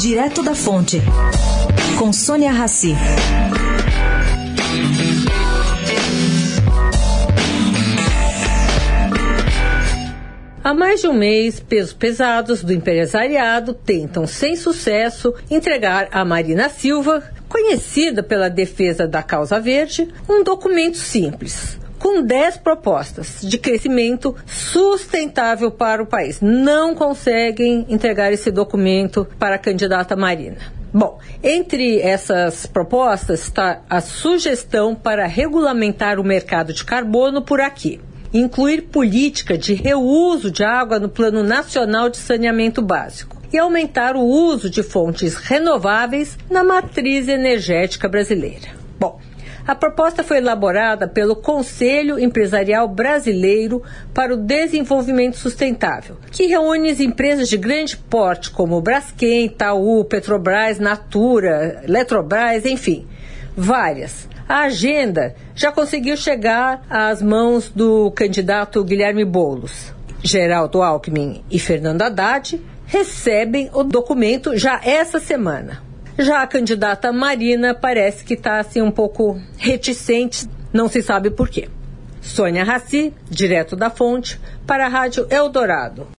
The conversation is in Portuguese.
Direto da Fonte, com Sônia Rassi. Há mais de um mês, pesos pesados do empresariado tentam, sem sucesso, entregar a Marina Silva, conhecida pela defesa da causa verde, um documento simples, com 10 propostas de crescimento sustentável para o país. Não conseguem entregar esse documento para a candidata Marina. Bom, entre essas propostas está a sugestão para regulamentar o mercado de carbono por aqui. Incluir política de reuso de água no Plano Nacional de Saneamento Básico e aumentar o uso de fontes renováveis na matriz energética brasileira. Bom, a proposta foi elaborada pelo Conselho Empresarial Brasileiro para o Desenvolvimento Sustentável, que reúne as empresas de grande porte como Braskem, Itaú, Petrobras, Natura, Eletrobras, enfim, várias. A agenda já conseguiu chegar às mãos do candidato Guilherme Boulos. Geraldo Alckmin e Fernando Haddad recebem o documento já essa semana. Já a candidata Marina parece que está assim, um pouco reticente, não se sabe por quê. Sônia Rassi, direto da Fonte, para a Rádio Eldorado.